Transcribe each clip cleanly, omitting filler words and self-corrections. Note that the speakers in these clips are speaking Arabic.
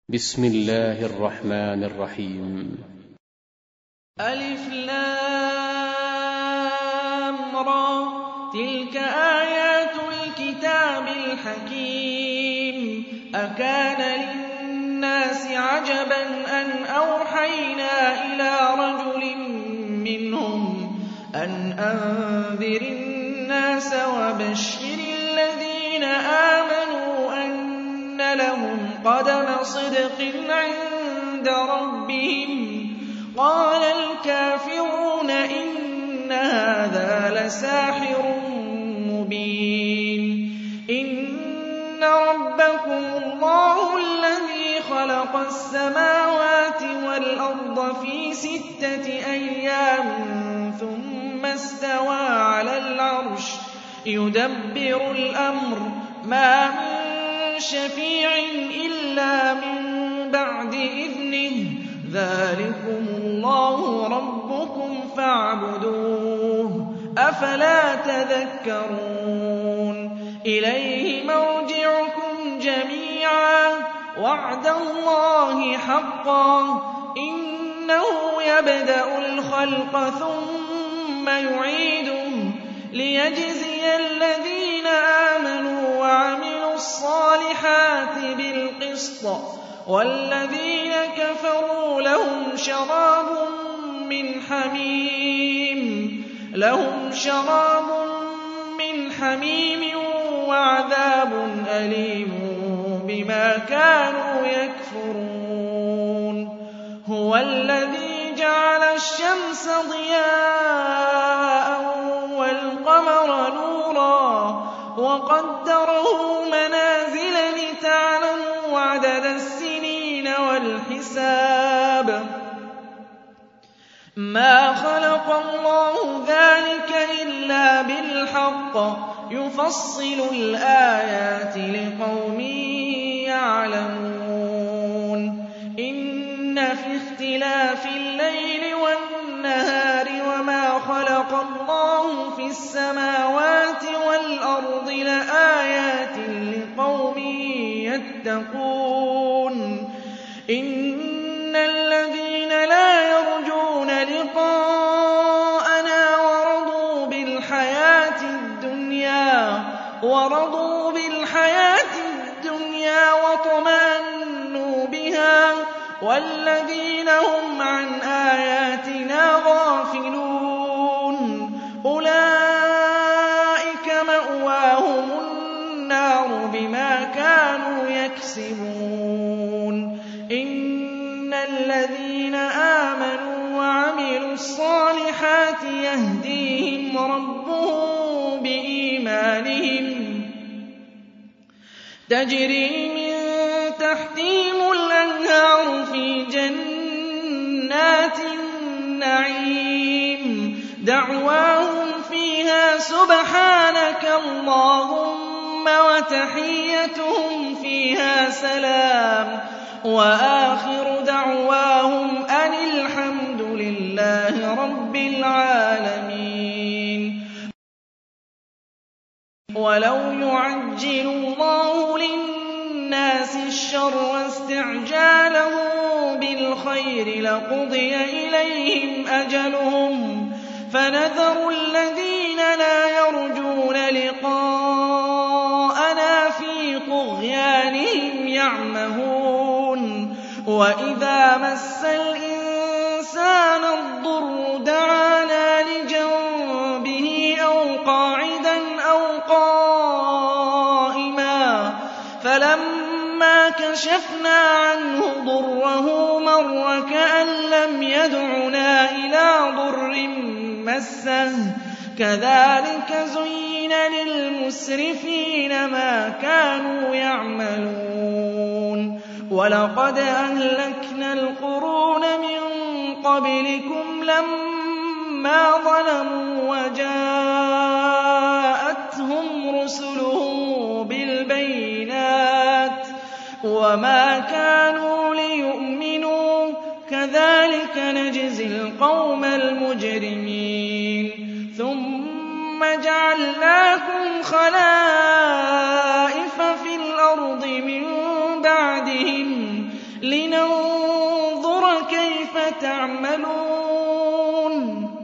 بسم الله الرحمن الرحيم. ألف لام را، تلك آيات الكتاب الحكيم. أكان للناس عجبا أن أوحينا إلى رجل منهم أن أنذر الناس وبشر الذين آمنوا أن لهم قدم صدق عند ربهم. قال الكافرون إن هذا لساحر مبين. إن ربكم الله الذي خلق السماوات والأرض في 6 أيام ثم استوى على العرش يدبر الأمر ما من شفيع إلا من بعد إذنه. ذلكم الله ربكم فاعبدوه أفلا تذكرون. إليه مرجعكم جميعا وعد الله حقا إنه يبدأ الخلق ثم يعيده ليجزي الذين آمنوا وعملوا الصالحات بالقسط والذين كفروا لهم شراب من حميم وعذاب أليم بما كانوا يكفرون. هو الذي جعل الشمس ضياء والقمر نورا وقدره منازل لتعلموا عدد السنين والحساب. ما خلق الله ذلك إلا بالحق يفصل الآيات لقوم يعلمون. إن في اختلاف الليل والنهار وما خلق الله في السماوات والأرض لآيات لقوم يتقون. إن الذين لا يرجون لقاءنا ورضوا بالحياة الدنيا وطمأنوا بها والذين هم عن آياتنا غافلون أولئك مأواهم النار بما كانوا يكسبون. إن الذين آمنوا وعملوا الصالحات يهديهم ربهم بإيمانهم تجري من تحتهم الأنهار في جنات النعيم. دعواهم فيها سبحانك اللهم وتحيتهم فيها سلام وآخر دعواهم أن الحمد لله رب العالمين. ولو يعجل الله للناس الشر استعجاله بالخير لقضي إليهم أجلهم فنذر الذين لا يرجون لقاءنا في طغيانهم يعمهون. وإذا مس الإنسان الضر دعانا لجنبه أو قاعدا أو قائما فلما كشفنا عنه ضره مر كأن لم يدعنا إلى ضر مسه. كذلك زين للمسرفين ما كانوا يعملون. ولقد أهلكنا القرون من قبلكم لما ظلموا وجاءتهم رسلهم بالبينات وما كانوا ليؤمنوا كذلك نجزي القوم المجرمين. ثم جعلناكم خلائف في الأرض من بعدهم لننظر كيف تعملون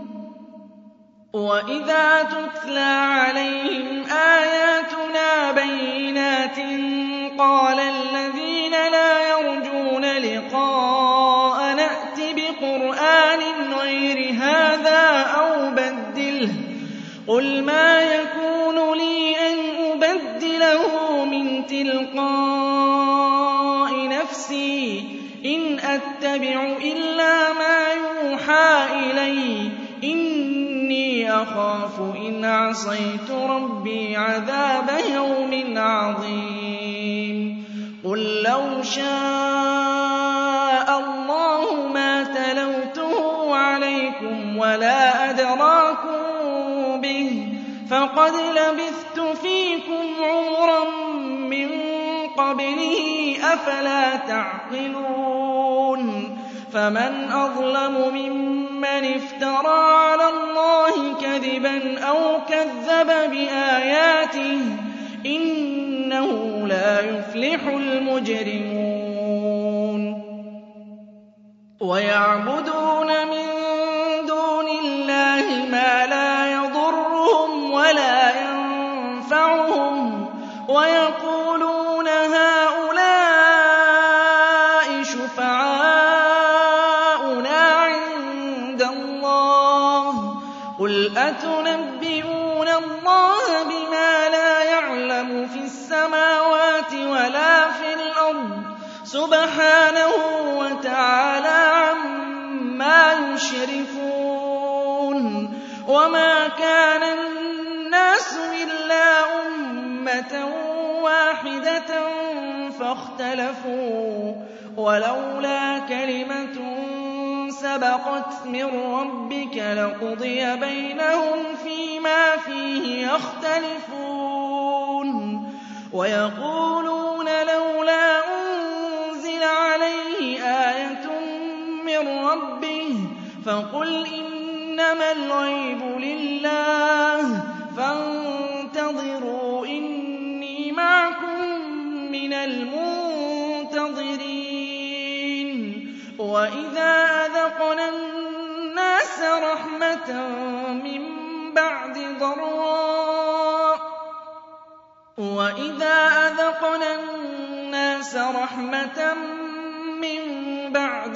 وإذا تتلى عليهم آياتنا بينات قال الذين لا يرجون لقاء نأت بقرآن غير هذا أو بدله قل ما يكون لي أن أبدله من تلقاء نفسي إن أتبع إلا ما يوحى إلي إني أخاف إن عصيت ربي عذاب يوم عظيم قل لو شاء الله ما تلوته عليكم ولا أدراكم به فقد لبثت فيكم عمرا من قبله أفلا تعقلون فمن أظلم ممن افترى على الله كذبا أو كذب بآياته إنه لا يفلح المجرمون ويعبدون من دون الله ما لا يضرهم ولا ينفعهم ويقولون هؤلاء شفعاؤنا عند الله قل أتنبئون الله بما لا يعلم في السماوات ولا في الأرض سبحانه وتعالى عما يشركون وما كان الناس إلا أمة واحدة فاختلفوا ولولا كلمة سبقت من ربك لقضي بينهم فيما فيه يختلفون ويقولون لولا أنزل عليه آية من ربه فقل إنما الغيب لله فانتظروا إني معكم من المنتظرين وإذا أذقنا الناس رحمة من بعد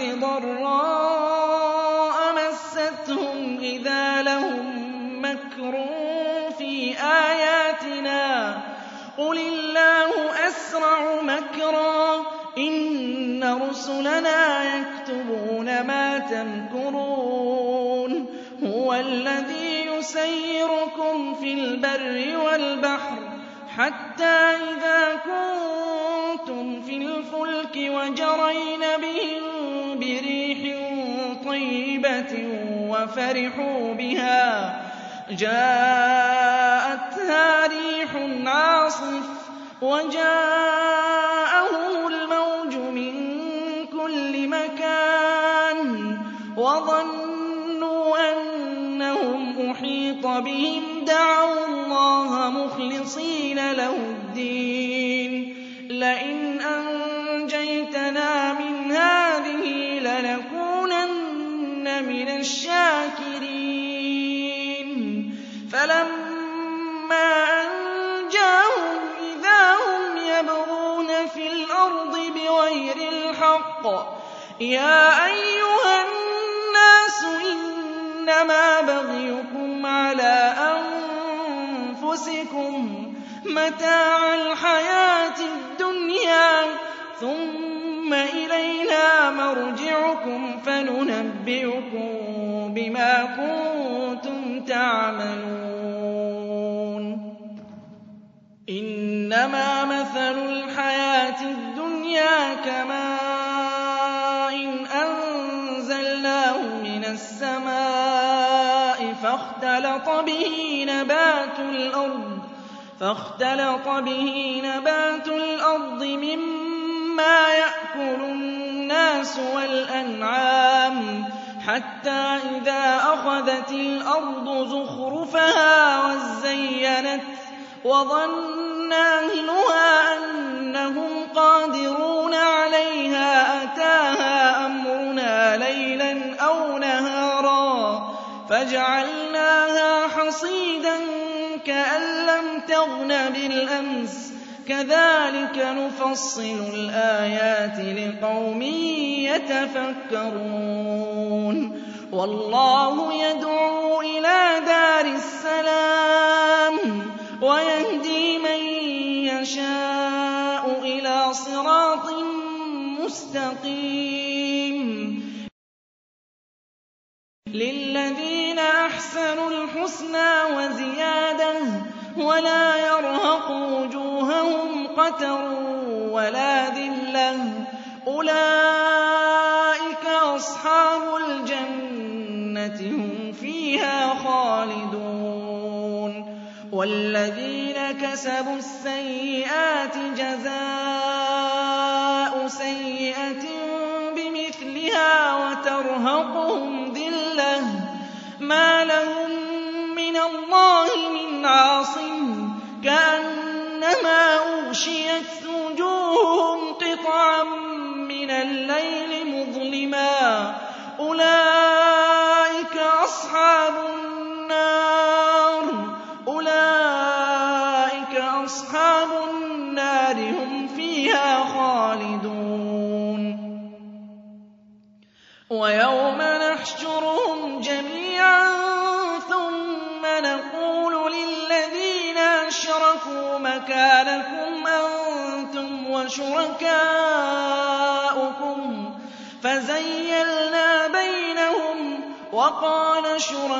ضراء مستهم إذا لهم مكر في آياتنا قل الله أسرع مكرا إن رسلنا يكتبون ما تمكرون هو الذي يسيركم في البر والبحر حتى إذا كنتم في الفلك وجرين بهم بريح طيبة وفرحوا بها جاءتها ريح عاصف وجاءهم الموج من كل مكان وظنوا أنهم أحيط بهم دعوا الله مخلصين له الدين لئن أنجيتنا من هذه لنكونن من الشاكرين فلما أنجاهم إذا هم يبغون في الأرض بغير الحق يا أيها الناس إنما بغيكم على أنفسكم متاع الحياة الدنيا ثم إلينا مرجعكم فننبئكم بما كنتم تعملون إنما مثل الحياة الدنيا كماء أنزلناه من السماء فاختلط به نبات الأرض مما يأكل الناس والأنعام حتى إذا أخذت الأرض زخرفها وزينت وظن أهلها أنهم قادرون عليها فَجَعَلْنَاهَا حَصِيدًا كَأَن لَّمْ تَغْنَ بِالْأَمْسِ ۚ كَذَٰلِكَ نُفَصِّلُ الْآيَاتِ لِقَوْمٍ يَتَفَكَّرُونَ وَاللَّهُ يَدْعُو إِلَىٰ دَارِ السَّلَامِ وَيَهْدِي مَن يَشَاءُ إِلَىٰ صِرَاطٍ مُّسْتَقِيمٍ لِّلَّذِينَ أَحْسَنُوا الْحُسْنَىٰ وَزِيَادَةٌ وَلَا يَرْهَقُ وُجُوهَهُمْ قَتَرٌ وَلَا ذِلَّةٌ ۚ أُولَٰئِكَ أَصْحَابُ الْجَنَّةِ ۖ هُمْ فِيهَا خَالِدُونَ وَالَّذِينَ كَسَبُوا السَّيِّئَاتِ جَزَاءُ سَيِّئَةٍ بِمِثْلِهَا وَتَرْهَقُهُمْ ذِلَّةٌ ۖ مَّا لَهُم مِّنَ اللَّهِ مِنْ عَاصِمٍ ۖ كَأَنَّمَا أُغْشِيَتْ وُجُوهُهُمْ قِطَعًا مِّنَ اللَّيْلِ مُظْلِمًا ۚ أُولَٰئِكَ أَصْحَابُ النَّارِ ۖ هُمْ فِيهَا خَالِدُونَ وَيَوْمَ نَحْشُرُهُمْ جَمِيعًا ثُمَّ نَقُولُ لِلَّذِينَ أَشْرَكُوا مَكَانَكُمْ أَنتُمْ وَشُرَكَاؤُكُمْ ۚ فَزَيَّلْنَا بَيْنَهُمْ وَقَالَ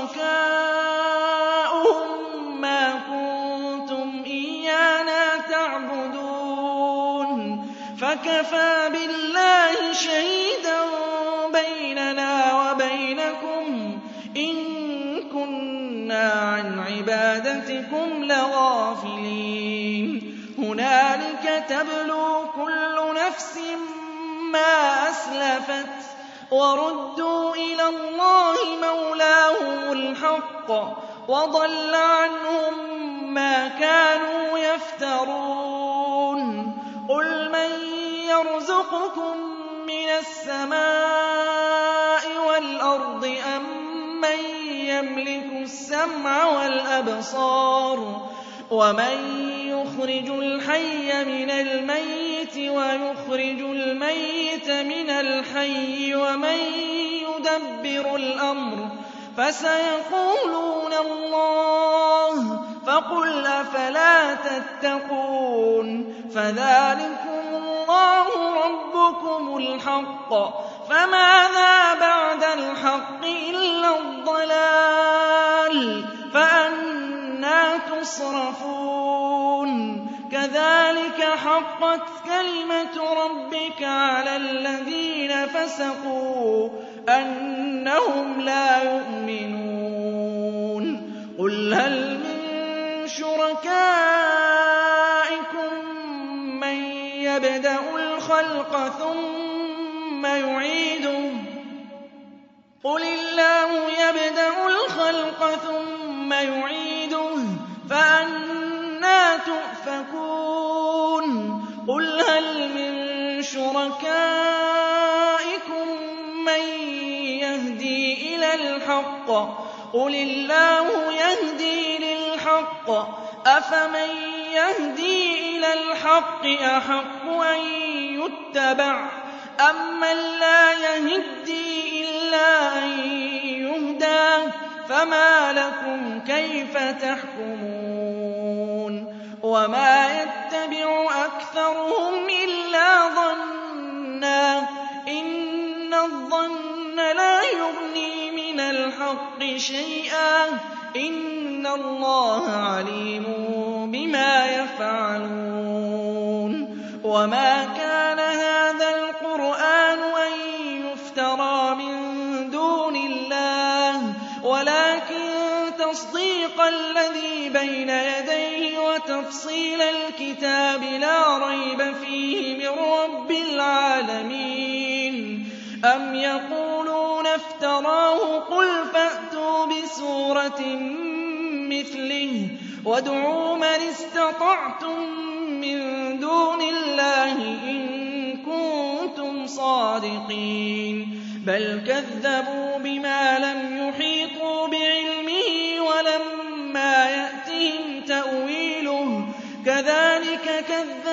شُرَكَاؤُهُم مَّا كُنتُمْ إِيَّانَا تَعْبُدُونَ فَكَفَىٰ بِاللَّهِ شَهِيدًا بَيْنَنَا وَبَيْنَكُمْ إِن كُنَّا عَنْ عِبَادَتِكُمْ لَغَافِلِينَ هُنَالِكَ تَبْلُو كُلُّ نَفْسٍ مَّا أَسْلَفَتْ وَرُدُّوا إِلَى اللَّهِ مَوْلَاهُمُ الْحَقِّ وَضَلَّ عَنْهُم مَّا كَانُوا يَفْتَرُونَ قُلْ مَن يَرْزُقُكُم مِّنَ السَّمَاءِ وَالْأَرْضِ أَمَّن يَمْلِكُ السَّمْعَ وَالْأَبْصَارَ وَمَن يُخْرِجُ الْحَيَّ مِنَ الْمَيِّتِ وَيُخْرِجُ الْمَيِّتَ مِنَ الْحَيِّ وَمَن يُدَبِّرُ الْأَمْرَ ۚ فَسَيَقُولُونَ اللَّهُ ۚ فَقُلْ أَفَلَا تَتَّقُونَ فَذَٰلِكُمُ اللَّهُ رَبُّكُمُ الْحَقُّ ۖ فَمَاذَا بَعْدَ الْحَقِّ إِلَّا الضَّلَالُ ۖ فَأَنَّىٰ تُصْرَفُونَ كَذَٰلِكَ حَقَّتْ كَلِمَةُ رَبِّكَ عَلَى الَّذِينَ فَسَقُوا أَنَّهُمْ لَا يُؤْمِنُونَ قُلْ هَلْ مِن شُرَكَائِكُم مَّن يَبْدَأُ الْخَلْقَ ثُمَّ يُعِيدُهُ ۚ قُلِ اللَّهُ يَبْدَأُ الْخَلْقَ ثُمَّ يُعِيدُهُ ۖ فَأَنَّىٰ تُؤْفَكُونَ قُلْ هَلْ مِن شُرَكَائِكُم مَّن يَهْدِي إِلَى الْحَقِّ ۚ قُلِ اللَّهُ يَهْدِي لِلْحَقِّ ۗ أَفَمَن يَهْدِي إِلَى الْحَقِّ أَحَقُّ أَن يُتَّبَعَ أَمَّن لَّا يَهِدِّي إِلَّا أَن يُهْدَىٰ ۖ فَمَا لَكُمْ كَيْفَ تَحْكُمُونَ وَمَا يَتَّبِعُ أَكْثَرُهُمْ إِلَّا ظَنًّا ۚ إِنَّ الظَّنَّ لَا يُغْنِي مِنَ الْحَقِّ شَيْئًا ۚ إِنَّ اللَّهَ عَلِيمٌ بِمَا يَفْعَلُونَ وَمَا كَانَ هَٰذَا الْقُرْآنُ أَن يُفْتَرَىٰ مِن دُونِ اللَّهِ وَلَٰكِن تَصْدِيقَ الَّذِي بَيْنَ يَدَيْهِ وَتَفْصِيلَ الْكِتَابِ لَا رَيْبَ فِيهِ مِن رَّبِّ الْعَالَمِينَ أَمْ يَقُولُونَ افْتَرَاهُ ۖ قُلْ فَأْتُوا بِسُورَةٍ مِّثْلِهِ وَادْعُوا مَنِ اسْتَطَعْتُم مِّن دُونِ اللَّهِ إِن كُنتُمْ صَادِقِينَ بَلْ كَذَّبُوا بِمَا لَمْ يُحِيطُوا بِعِلْمِهِ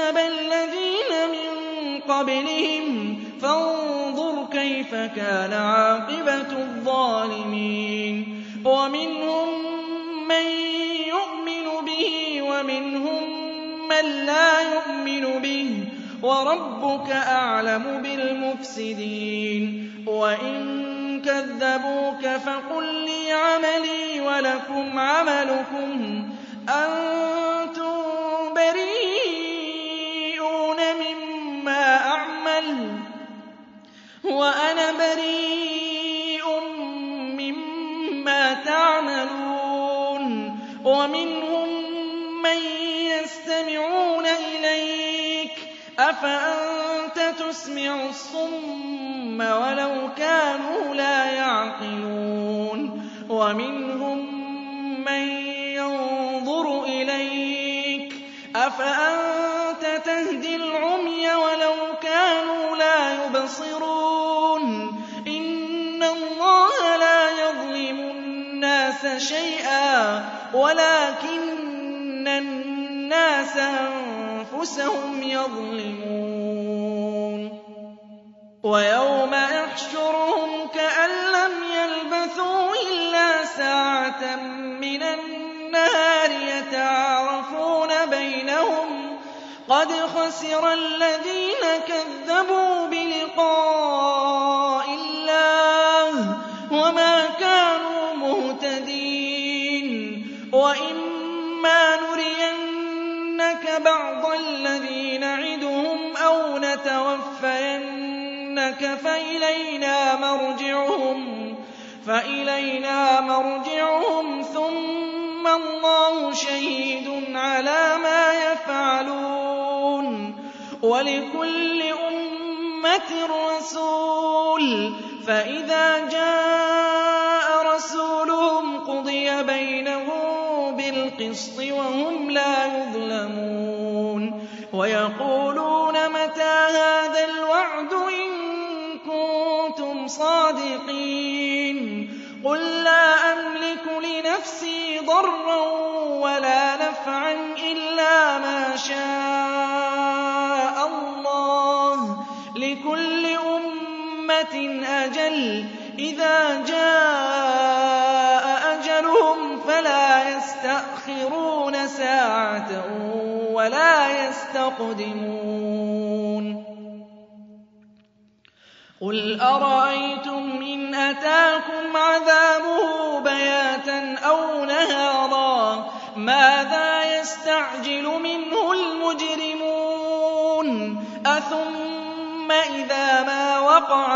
كَذَّبَ الَّذِينَ مِن قَبْلِهِمْ فَانظُرْ كَيْفَ كَانَ عَاقِبَةُ الظَّالِمِينَ وَمِنْهُم مَّن يُؤْمِنُ بِهِ وَمِنْهُم مَّن لَّا يُؤْمِنُ بِهِ وَرَبُّكَ أَعْلَمُ بِالْمُفْسِدِينَ وَإِن كَذَّبُوكَ فَقُل لِّي عَمَلِي وَلَكُمْ عَمَلُكُمْ أَنتُم بَرِيئُونَ مِمَّا أَعْمَلُ وَأَنَا بَرِيءٌ مِّمَّا تَعْمَلُونَ وَمِنْهُم مَّن يَسْتَمِعُونَ إِلَيْكَ أَفَأَنتَ تُسْمِعُ الصُّمَّ وَلَوْ كَانُوا لَا يَعْقِلُونَ وَمِنْهُم مَّن يَنظُرُ إِلَيْكَ أَفَأَنتَ تَهْدِي الْعُمْيَ وَلَوْ كَانُوا لَا يُبْصِرُونَ إِنَّ اللَّهَ لَا يَظْلِمُ النَّاسَ شَيْئًا وَلَٰكِنَّ النَّاسَ أَنفُسَهُمْ يَظْلِمُونَ وَيَوْمَ يَحْشُرُهُمْ كَأَن لَّمْ يَلْبَثُوا إِلَّا سَاعَةً مِّنَ النَّهَارِ يَتَعَارَفُونَ بَيْنَهُمْ قَدْ خَسِرَ الَّذِينَ كَذَّبُوا بِلِقَاءِ اللَّهِ وَمَا كَانُوا مُهْتَدِينَ وَإِمَّا نُرِيَنَّكَ بَعْضَ الَّذِي نَعِدُهُمْ أَوْ نَتَوَفَّيَنَّكَ فَإِلَيْنَا مَرْجِعُهُمْ ثُمَّ اللَّهُ شَهِيدٌ عَلَىٰ مَا يَفْعَلُونَ وَلِكُلِّ أُمَّةٍ رَّسُولٌ فَإِذَا جَاءَ رَسُولُهُمْ قُضِيَ بَيْنَهُم بِالْقِسْطِ وَهُمْ لَا يُظْلَمُونَ وَيَقُولُونَ مَتَىٰ هَٰذَا الْوَعْدُ إِن كُنتُمْ صَادِقِينَ قُل لَّا أَمْلِكُ لِنَفْسِي ضَرًّا وَلَا نَفْعًا إِلَّا مَا شَاءَ اللَّهُ ۗ لِكُلِّ أُمَّةٍ أَجَلٌ ۚ إِذَا جَاءَ أَجَلُهُمْ فَلَا يَسْتَأْخِرُونَ سَاعَةً وَلَا يَسْتَقْدِمُونَ قُلْ أَرَأَيْتُمْ إِنْ أَتَاكُمْ عَذَابُهُ بَيَاتًا أَوْ نَهَارًا مَاذَا يَسْتَعْجِلُ مِنْهُ الْمُجْرِمُونَ أَثُمَّ إِذَا مَا وَقَعَ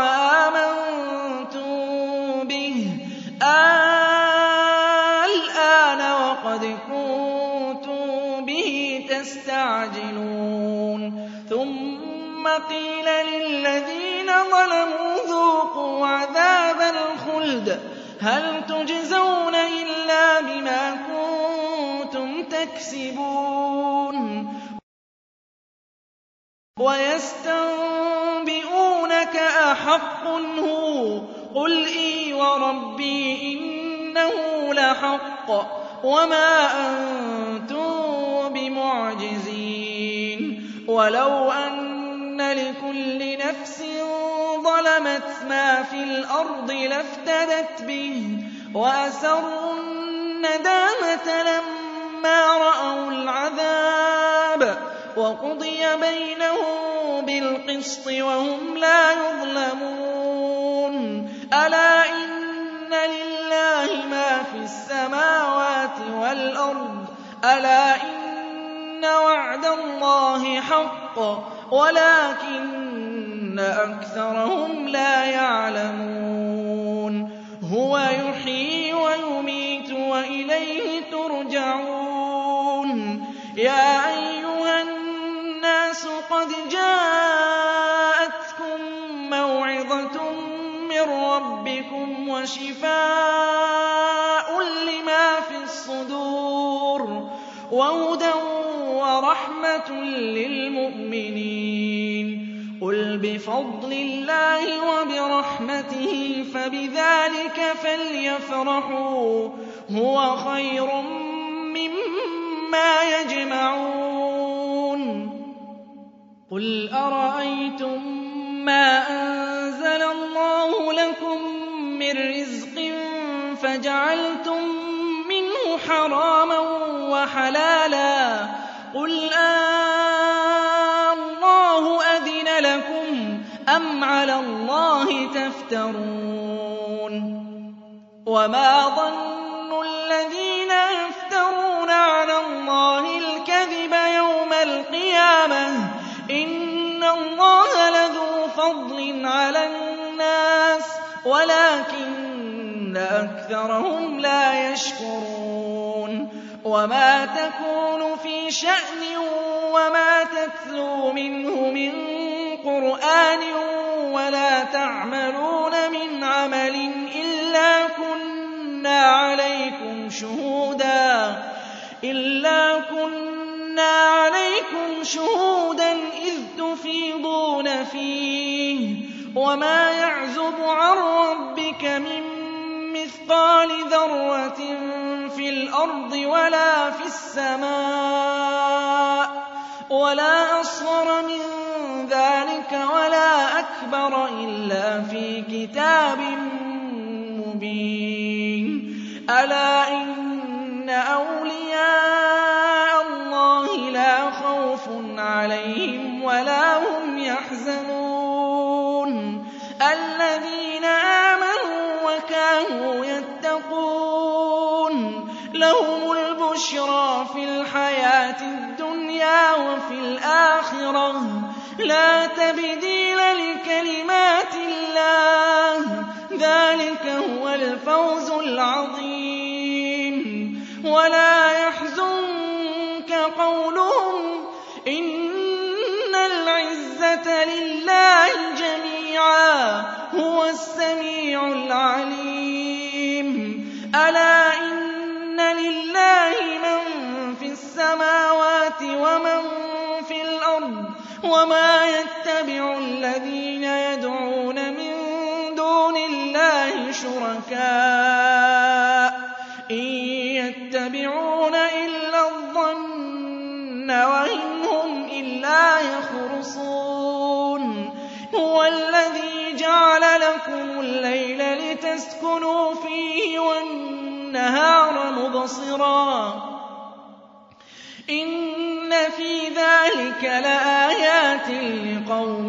آمَنتُم بِهِ الْآنَ وَقَدْ كُنتُم بِهِ تَسْتَعْجِلُونَ ثُمَّ قِيلَ لِلَّذِينَ ظَلَمُوا ذُوقُوا عَذَابَ الْخُلْدِ هَلْ تُجْزَوْنَ إِلَّا بِمَا كُنتُمْ تَكْسِبُونَ وَيَسْتَنبِئُونَكَ أَحَقٌّ هُوَ قُلْ إِي وَرَبِّي إِنَّهُ لَحَقٌّ وَمَا أَنتُم بِمُعْجِزِينَ وَلَوْ أَنَّ لِكُلِّ نَفْسٍ ظَلَمَتْ مَا فِي الْأَرْضِ لَافْتَدَتْ بِهِ وَأَسَرُّوا النَّدَامَةَ لَمَّا رَأَوُا الْعَذَابَ وَقُضِيَ بَيْنَهُم بِالْقِسْطِ وَهُمْ لَا يُظْلَمُونَ أَلَا إِنَّ لِلَّهِ مَا فِي السَّمَاوَاتِ وَالْأَرْضِ أَلَا إِنَّ وَعْدَ اللَّهِ حَقٌّ وَلَٰكِنَّ أَكْثَرَهُمْ لَا يَعْلَمُونَ هُوَ يُحْيِي وَيُمِيتُ وَإِلَيْهِ تُرْجَعُونَ يَا أَيُّهَا النَّاسُ قَدْ جَاءَتْكُم مَّوْعِظَةٌ مِّن رَّبِّكُمْ وَشِفَاءٌ لِّمَا فِي الصُّدُورِ وَهُدًى وَرَحْمَةٌ لِّلْمُؤْمِنِينَ قُلْ بِفَضْلِ اللَّهِ وَبِرَحْمَتِهِ فَبِذَٰلِكَ فَلْيَفْرَحُوا هُوَ خَيْرٌ مِّمَّا يَجْمَعُونَ قُلْ أَرَأَيْتُم مَّا أَنزَلَ اللَّهُ لَكُم مِّن رِّزْقٍ فَجَعَلْتُم مِّنْهُ حَرَامًا وَحَلَالًا قُلْ اللَّهُ أَذِنَ لَكُمْ أَمْ عَلَى اللَّهِ تَفْتَرُونَ وَمَا ظَنُّ الَّذِينَ يَفْتَرُونَ عَلَى اللَّهِ الْكَذِبَ يَوْمَ الْقِيَامَةِ ۗ إِنَّ اللَّهَ لَذُو فَضْلٍ عَلَى النَّاسِ وَلَٰكِنَّ أَكْثَرَهُمْ لَا يَشْكُرُونَ وَمَا تَكُونُ فِي شَأْنٍ وَمَا تَتْلُو مِنْهُ مِن قُرْآنٍ وَلَا تَعْمَلُونَ مِنْ عَمَلٍ إِلَّا كُنَّا عَلَيْكُمْ شُهُودًا إِذْ تُفِيضُونَ فِيهِ ۚ وَمَا يَعْزُبُ عَن رَّبِّكَ مِن مِّثْقَالِ ذَرَّةٍ فِي الْأَرْضِ وَلَا فِي السَّمَاءِ وَلَا أَصْغَرَ مِن ذَٰلِكَ وَلَا أَكْبَرَ إِلَّا فِي كِتَابٍ مُّبِينٍ أَلَا إِنَّ أَوْلِيَاءَ اللَّهِ لَا خَوْفٌ عَلَيْهِمْ وَلَا هُمْ يَحْزَنُونَ الَّذِينَ آمَنُوا وَكَانُوا يَتَّقُونَ لَهُمُ الْبُشْرَىٰ فِي الْحَيَاةِ الدُّنْيَا وَفِي الْآخِرَةِ ۖ لَا تَبْدِيلَ لِكَلِمَاتِ اللَّهِ ۚ ذَٰلِكَ هُوَ الْفَوْزُ الْعَظِيمُ وَلَا يَحْزُنكَ قَوْلُهُمْ ۘ إِنَّ الْعِزَّةَ لِلَّهِ جَمِيعًا ۚ هُوَ السَّمِيعُ الْعَلِيمُ أَلَا إِنَّ لِلَّهِ مَن فِي السَّمَاوَاتِ وَمَن فِي الْأَرْضِ ۗ وَمَا يَتَّبِعُ الَّذِينَ يَدْعُونَ مِن دُونِ اللَّهِ شُرَكَاءَ ۚ إِن يَتَّبِعُونَ إِلَّا الظَّنَّ وَإِنْ هُمْ إِلَّا يَخْرُصُونَ هُوَ الَّذِي جَعَلَ لَكُمُ اللَّيْلَ لِتَسْكُنُوا فِيهِ وَالنَّهَارَ مُبْصِرًا ۚ إِنَّ فِي ذَٰلِكَ لَآيَاتٍ لِّقَوْمٍ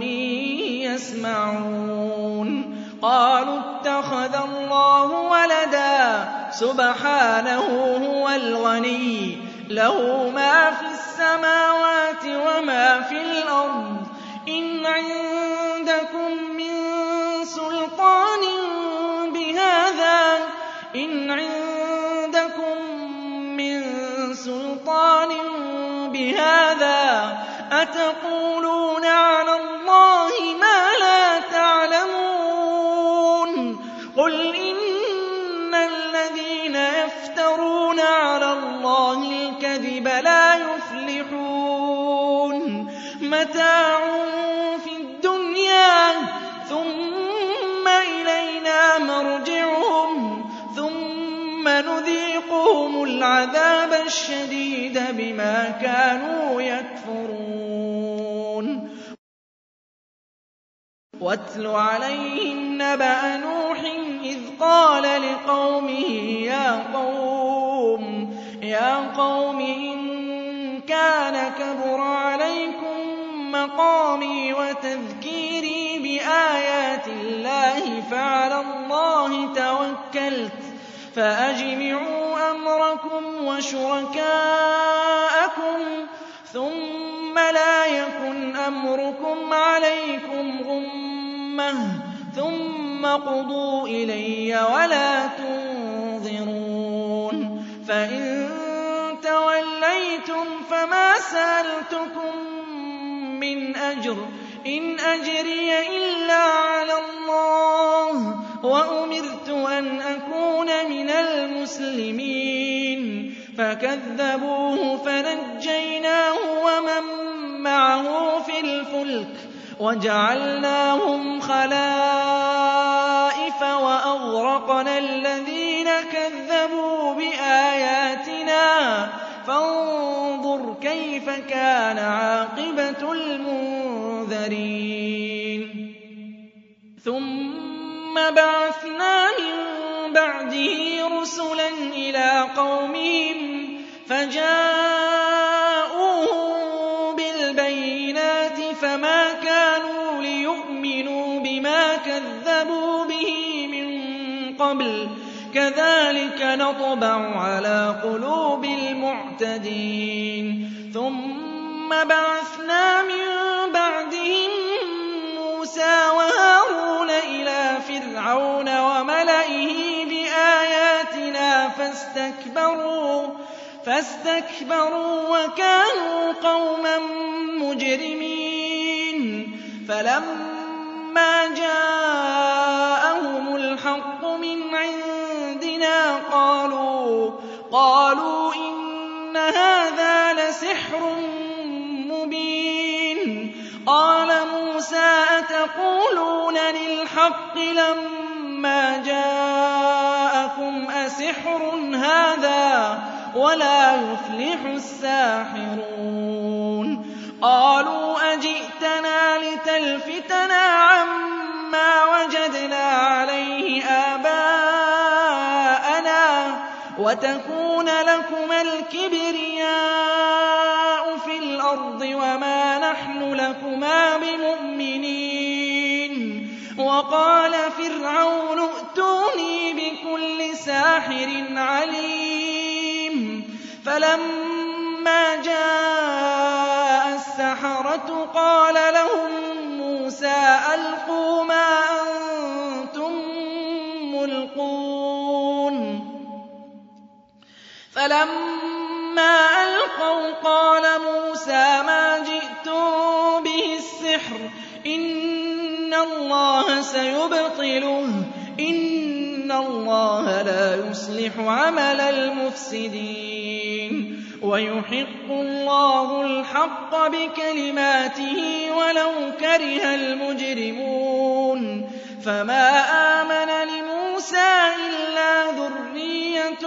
يَسْمَعُونَ قَالُوا اتَّخَذَ اللَّهُ وَلَدًا سُبْحَانَهُ هُوَ الْغَنِيُّ لَهُ مَا فِي السَّمَاوَاتِ وَمَا فِي الْأَرْضِ ۚ إِنْ عِندَكُم مِّن سُلْطَانٍ بِهَٰذَا أَتَقُولُونَ عَلَى اللَّهِ مَا لَا تَعْلَمُونَ قُلْ إِنَّ الَّذِينَ يَفْتَرُونَ عَلَى اللَّهِ الْكَذِبَ لَا يُفْلِحُونَ مَتَاعٌ فِي الدُّنْيَا ثُمَّ إِلَيْنَا مَرْجِعُهُمْ ثُمَّ نُذِيقُهُمُ الْعَذَابَ الشَّدِيدَ بِمَا كَانُوا يَكْفُرُونَ وَاتْلُ عَلَيْهِمْ نَبَأَ نُوحٍ إِذْ قَالَ لِقَوْمِهِ يَا قَوْمِ إِن كَانَ كَبُرَ عَلَيْكُم مَّقَامِي وَتَذْكِيرِي بِآيَاتِ اللَّهِ فَعَلَى اللَّهِ تَوَكَّلْتُ فَأَجْمِعُوا أَمْرَكُمْ وَشُرَكَاءَكُمْ ثُمَّ لَا يَكُنْ أَمْرُكُمْ عَلَيْكُمْ غُمَّةً ثُمَّ قُضُوا إِلَيَّ وَلَا تُنظِرُونِ فَإِن تَوَلَّيْتُمْ فَمَا سَأَلْتُكُم مِّنْ أَجْرٍ ۖ إِنْ أَجْرِيَ إِلَّا عَلَى اللَّهِ ۖ وَأُمِرْتُ أَنْ أَكُونَ مِنَ الْمُسْلِمِينَ فَكَذَّبُوهُ فَنَجَّيْنَاهُ وَمَن مَّعَهُ فِي الْفُلْكِ وَجَعَلْنَاهُمْ خَلَائِفَ وَأَغْرَقْنَا الَّذِينَ كَذَّبُوا بِآيَاتِنَا فَانظُرْ كَيْفَ كَانَ عَاقِبَةُ الْمُنذَرِينَ الْمُفْتَرِينَ ثُمَّ بَعَثْنَا مِن بَعْدِهِ رُسُلًا إِلَىٰ قَوْمِهِمْ فَجَاءُوهُم بِالْبَيِّنَاتِ فَمَا كَانُوا لِيُؤْمِنُوا بِمَا كَذَّبُوا بِهِ مِن قَبْلُ ۚ كَذَٰلِكَ نَطْبَعُ عَلَىٰ قُلُوبِ الْمُعْتَدِينَ ثُمَّ بَعَثْنَا مِن بَعْدِهِم مُّوسَىٰ وَهَارُونَ إِلَىٰ فِرْعَوْنَ وَمَلَئِهِ بِآيَاتِنَا فَاسْتَكْبَرُوا وَكَانُوا قَوْمًا مُّجْرِمِينَ فَلَمَّا جَاءَهُمُ الْحَقُّ مِنْ عِندِنَا قَالُوا إِنَّ هَٰذَا لَسِحْرٌ مُّبِينٌ قَالَ مُوسَىٰ أَتَقُولُونَ لِلْحَقِّ لَمَّا جَاءَكُمْ أَسِحْرٌ هَٰذَا وَلَا يُفْلِحُ السَّاحِرُونَ قَالُوا أَجِئْتَنَا لِتَلْفِتَنَا عَمَّا وَجَدْنَا عَلَيْهِ آبَاءَنَا وَتَكُونَ لَكُمَا الْكِبْرِيَاءُ فِي الْأَرْضِ وَمَا نَحْنُ لَكُمَا بِمُؤْمِنِينَ وَقَالَ فِرْعَوْنُ ائْتُونِي بِكُلِّ سَاحِرٍ عَلِيمٍ فَلَمَّا جَاءَ السَّحَرَةُ قَالَ لَهُم مُّوسَىٰ أَلْقُوا مَا أَنتُم مُّلْقُونَ فَلَمَّا أَلْقَوْا قَالَ مُوسَىٰ مَا جِئْتُم بِهِ السِّحْرُ ۖ إِنَّ اللَّهَ سَيُبْطِلُهُ ۖ إِنَّ اللَّهَ لَا يُصْلِحُ عَمَلَ الْمُفْسِدِينَ وَيُحِقُّ اللَّهُ الْحَقَّ بِكَلِمَاتِهِ وَلَوْ كَرِهَ الْمُجْرِمُونَ فَمَا آمَنَ لِمُوسَىٰ إِلَّا ذُرِّيَّةٌ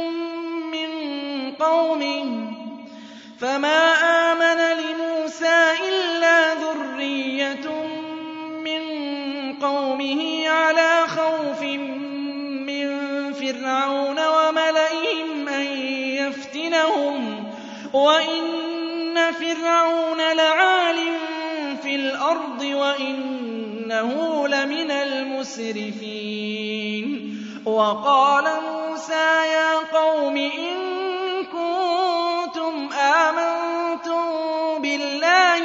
مِّن قَوْمِهِ عَلَىٰ خَوْفٍ مِّن فِرْعَوْنَ وَمَلَئِهِمْ أَن يَفْتِنَهُمْ ۚ وَإِنَّ فِرْعَوْنَ لَعَالٍ فِي الْأَرْضِ وَإِنَّهُ لَمِنَ الْمُسْرِفِينَ وَقَالَ مُوسَىٰ يَا قَوْمِ إِن كُنتُمْ آمَنتُم بِاللَّهِ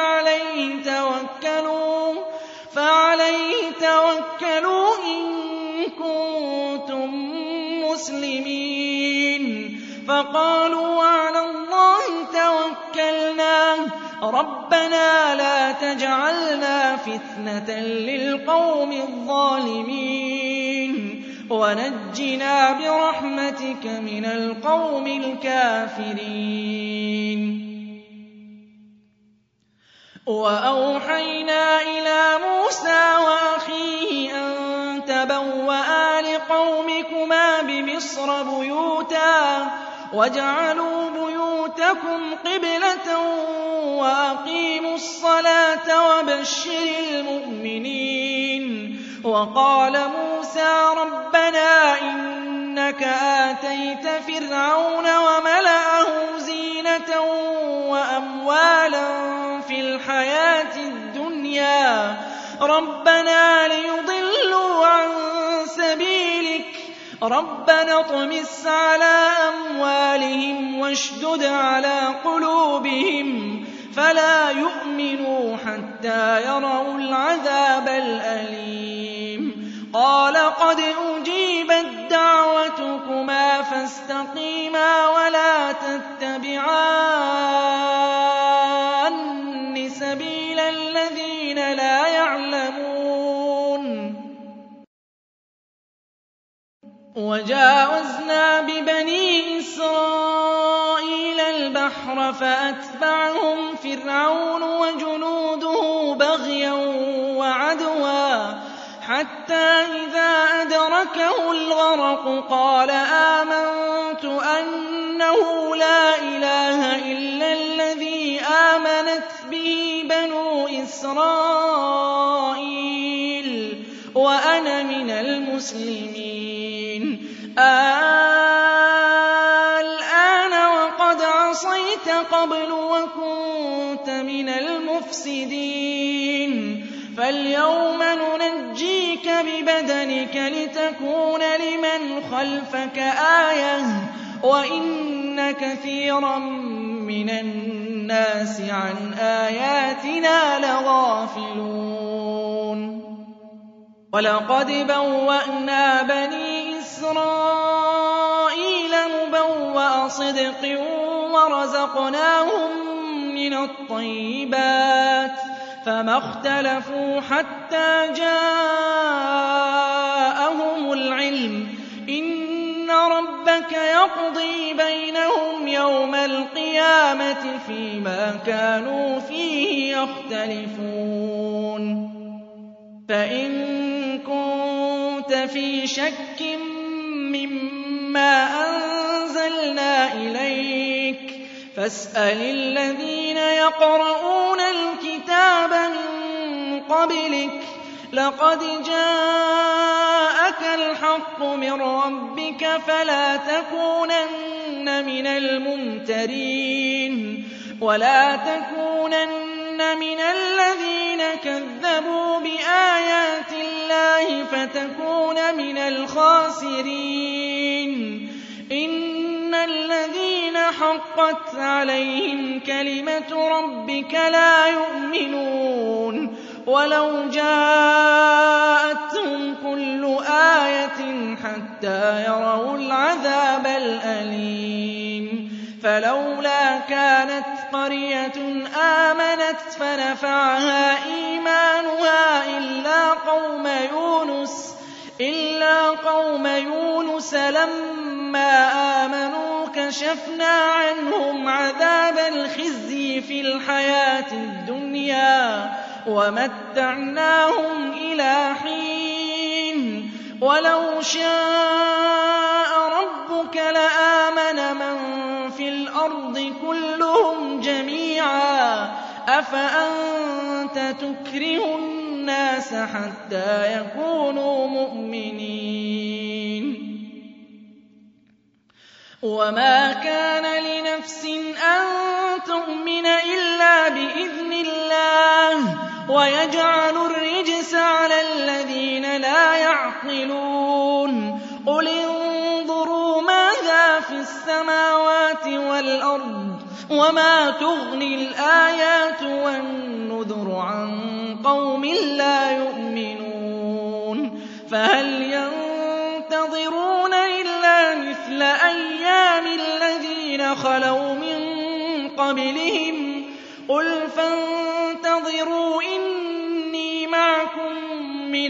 فَعَلَيْهِ تَوَكَّلُوا إِن كُنتُم مُّسْلِمِينَ فَقَالُوا وَعَلَى اللَّهِ تَوَكَّلْنَا رَبَّنَا لَا تَجْعَلْنَا فِتْنَةً لِّلْقَوْمِ الظَّالِمِينَ وَنَجِّنَا بِرَحْمَتِكَ مِنَ الْقَوْمِ الْكَافِرِينَ وَأَوْحَيْنَا إِلَىٰ مُوسَىٰ وَأَخِيهِ أَن تَبَوَّآ لِقَوْمِكُمَا بِمِصْرَ بُيُوتًا وَاجْعَلُوا بُيُوتَكُمْ قِبْلَةً وَأَقِيمُوا الصَّلَاةَ وَبَشِّرِ الْمُؤْمِنِينَ وَقَالَ مُوسَىٰ رَبَّنَا إِنَّكَ آتَيْتَ فِرْعَوْنَ وَمَلَأَهُ زِينَةً وَأَمْوَالًا فِي الْحَيَاةِ الدُّنْيَا رَبَّنَا لِيُضِلُّوا عَن سَبِيلِكَ رَبَّنَا اطْمِسْ عَلَىٰ أَمْوَالِهِمْ وَاشْدُدْ عَلَىٰ قُلُوبِهِمْ فَلَا يُؤْمِنُوا حَتَّىٰ يَرَوُا الْعَذَابَ الْأَلِيمَ قَالَ قَدْ أُجِيبَت دَّعْوَتُكُمَا فَاسْتَقِيمَا وَلَا تَتَّبِعَانِّ سَبِيلَ الَّذِينَ لَا يَعْلَمُونَ وَجَاوَزْنَا بِبَنِي إِسْرَائِيلَ الْبَحْرَ فَأَتْبَعَهُمْ فِرْعَوْنُ وَجُنُودُهُ بَغْيًا وَعَدْوًا حَتَّىٰ إِذَا أَدْرَكَهُ الْغَرَقُ قَالَ آمَنتُ أَنَّهُ لَا إِلَٰهَ إِلَّا الَّذِي آمَنَتْ به بنو إسرائيل وأنا من المسلمين. الآن وقد عصيت قبل وكنت من المفسدين فاليوم ننجيك ببدنك لتكون لمن خلفك آية وإن كثيرا من الناس عن آياتنا لغافلون. ولقد بوأنا بني إسرائيل مبوأ صدق ورزقناهم من الطيبات فما اختلفوا حتى جاءهم العلم إن ربك يقضي بينهم يوم القيامة فيما كانوا فيه يختلفون. فإن كنت في شك مما أنزلنا إليك فاسأل الذين يقرؤون الكتاب من قبلك لقد جاءك الحق من ربك فلا تكونن من الممترين ولا تكونن من الذين كذبوا بآيات الله فتكون من الخاسرين. إن الذين حقت عليهم كلمة ربك لا يؤمنون ولو جاءتهم كل آية حتى يروا العذاب الأليم. فلولا كانت قرية آمنت فنفعها إيمانها إلا قوم يونس لما آمنوا كشفنا عنهم عذاب الخزي في الحياة الدنيا ومتعناهم إلى حين. ولو شاء ربك لآمن من في الأرض كلهم جميعا أفأنت تكره الناس حتى يكونوا مؤمنين. وما كان لنفس أن تؤمن إلا بإذن الله ويجعل الرجس على الذين لا يعقلون. قل انظروا ماذا في السماوات والأرض وما تغني الآيات والنذر عن قوم لا يؤمنون. فهل ينتظرون إلا مثل أيام الذين خلوا من قبلهم قل فانتظروا إني معكم من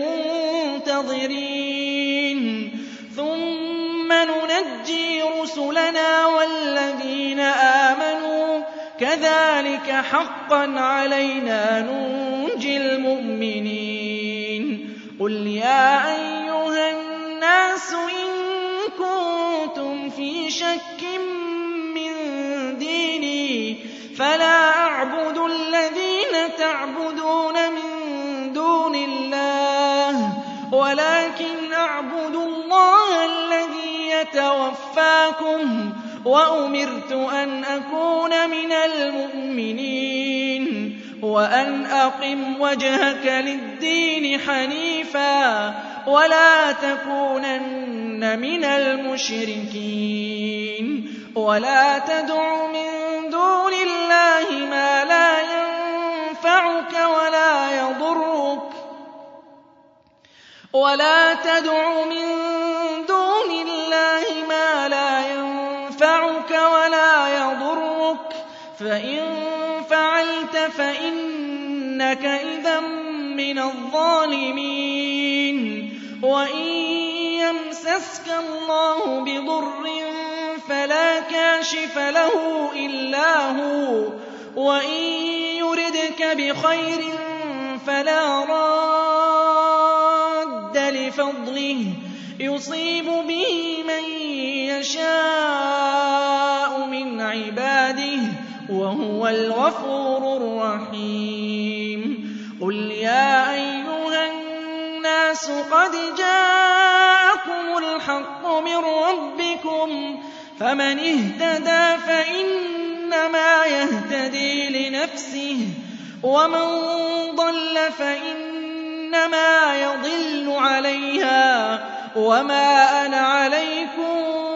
المنتظرين ثم ننجي رسلنا والذين آمنوا كذلك حقا علينا ننجي المؤمنين. قل يا أيها الناس إن كنتم في شك من ديني فلا أعبد الذين تعبدون من دون الله ولكن أعبد الله الذي يتوفاكم وأمرت أن أكون من المؤمنين وأن أقم وجهك للدين حنيفا ولا تكونن من المشركين. ولا تدع من دون الله ما لا ينفعك ولا يضرك فإن فعلت فإنك إذا من الظالمين. وإن يمسسك الله بضر فلا كاشف له إلا هو وإن يردك بخير فلا راد لفضله يصيب به من يشاء من عباده وهو الغفور رَحِيمٌ قُلْ يَا أَيُّهَا النَّاسُ قَدْ جَاءَكُمُ الْحَقُّ مِن رَّبِّكُمْ فَمَنِ اهْتَدَىٰ فَإِنَّمَا يَهْتَدِي لِنَفْسِهِ وَمَن ضَلَّ فَإِنَّمَا يَضِلُّ عَلَيْهَا وَمَا أَنَا عَلَيْكُم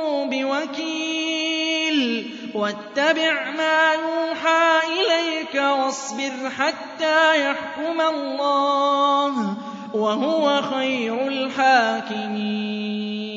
بِوَكِيلٍ وَاتَّبِعْ مَا يُوحَىٰ إِلَيْكَ وَاصْبِرْ حَتَّىٰ يَحْكُمَ اللَّهُ ۚ وَهُوَ خَيْرُ الْحَاكِمِينَ